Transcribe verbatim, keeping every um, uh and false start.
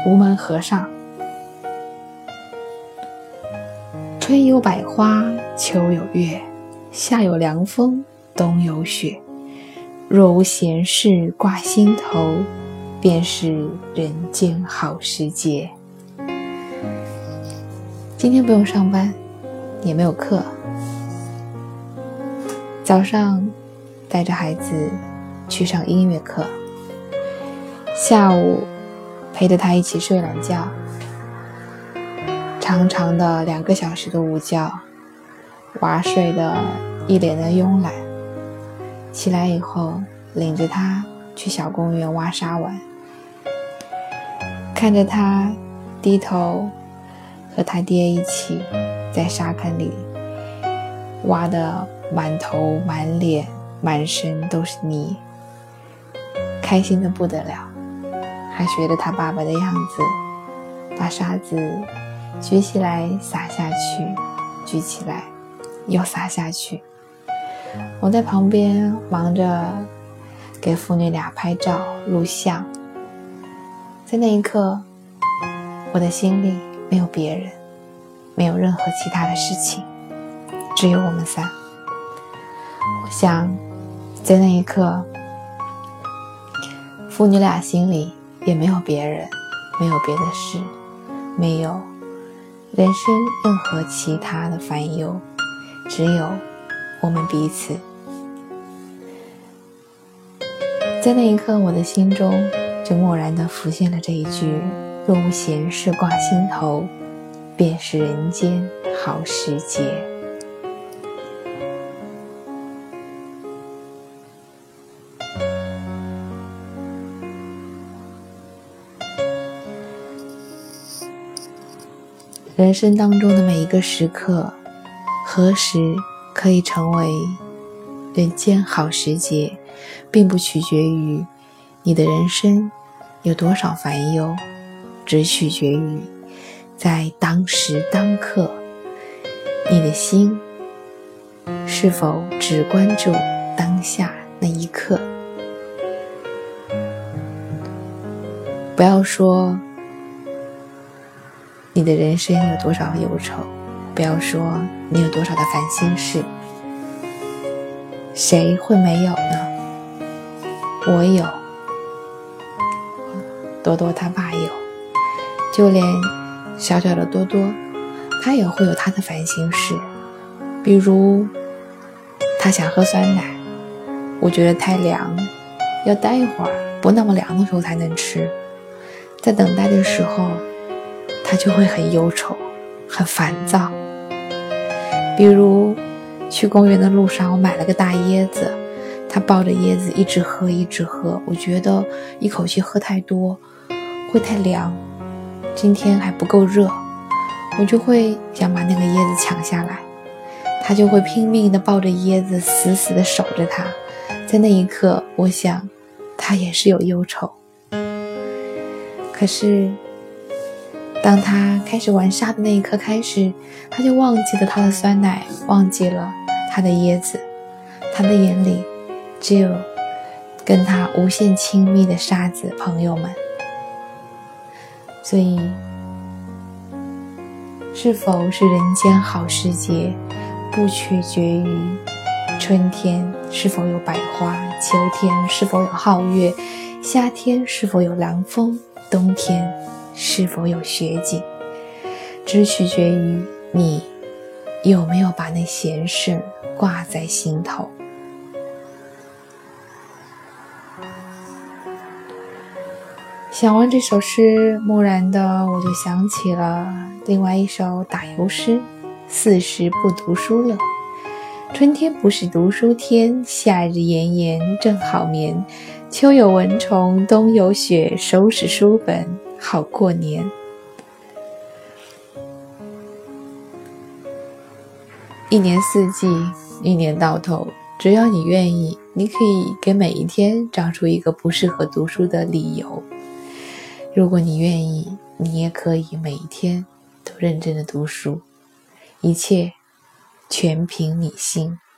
无门和尚。春有百花，秋有月，夏有凉风，冬有雪。若无闲事挂心头，便是人间好时节。今天不用上班，也没有课。早上带着孩子去上音乐课，下午陪着他一起睡懒觉，长长的两个小时的午觉，娃睡得一脸的慵懒。起来以后，领着他去小公园挖沙玩，看着他低头和他爹一起在沙坑里挖得满头满脸满身都是泥，开心的不得了，还学着他爸爸的样子，把沙子举起来撒下去，举起来又撒下去。我在旁边忙着给父女俩拍照录像，在那一刻，我的心里没有别人，没有任何其他的事情，只有我们仨。我想在那一刻，父女俩心里也没有别人，没有别的事，没有人生任何其他的烦忧，只有我们彼此。在那一刻，我的心中就蓦然地浮现了这一句：若无闲事挂心头，便是人间好时节。人生当中的每一个时刻，何时可以成为人间好时节，并不取决于你的人生有多少烦忧，只取决于在当时当刻，你的心是否只关注当下那一刻。不要说你的人生有多少忧愁，不要说你有多少的烦心事，谁会没有呢？我有，多多他爸有，就连小小的多多，他也会有他的烦心事。比如他想喝酸奶，我觉得太凉，要待一会儿，不那么凉的时候才能吃。在等待的时候，他就会很忧愁，很烦躁。比如去公园的路上，我买了个大椰子，他抱着椰子一直喝一直喝，我觉得一口气喝太多会太凉，今天还不够热，我就会想把那个椰子抢下来，他就会拼命地抱着椰子，死死地守着它。在那一刻，我想他也是有忧愁。可是当他开始玩沙的那一刻开始，他就忘记了他的酸奶，忘记了他的椰子，他的眼里只有跟他无限亲密的沙子朋友们。所以是否是人间好时节，不取决于春天是否有百花，秋天是否有皓月，夏天是否有凉风，冬天是否有雪景，只取决于你有没有把那闲事挂在心头。想完这首诗，蓦然的我就想起了另外一首打油诗：四时不读书了，春天不是读书天，夏日炎炎正好眠，秋有蚊虫，冬有雪，收拾书本好过年。一年四季，一年到头，只要你愿意，你可以给每一天找出一个不适合读书的理由。如果你愿意，你也可以每一天都认真的读书，一切全凭你心。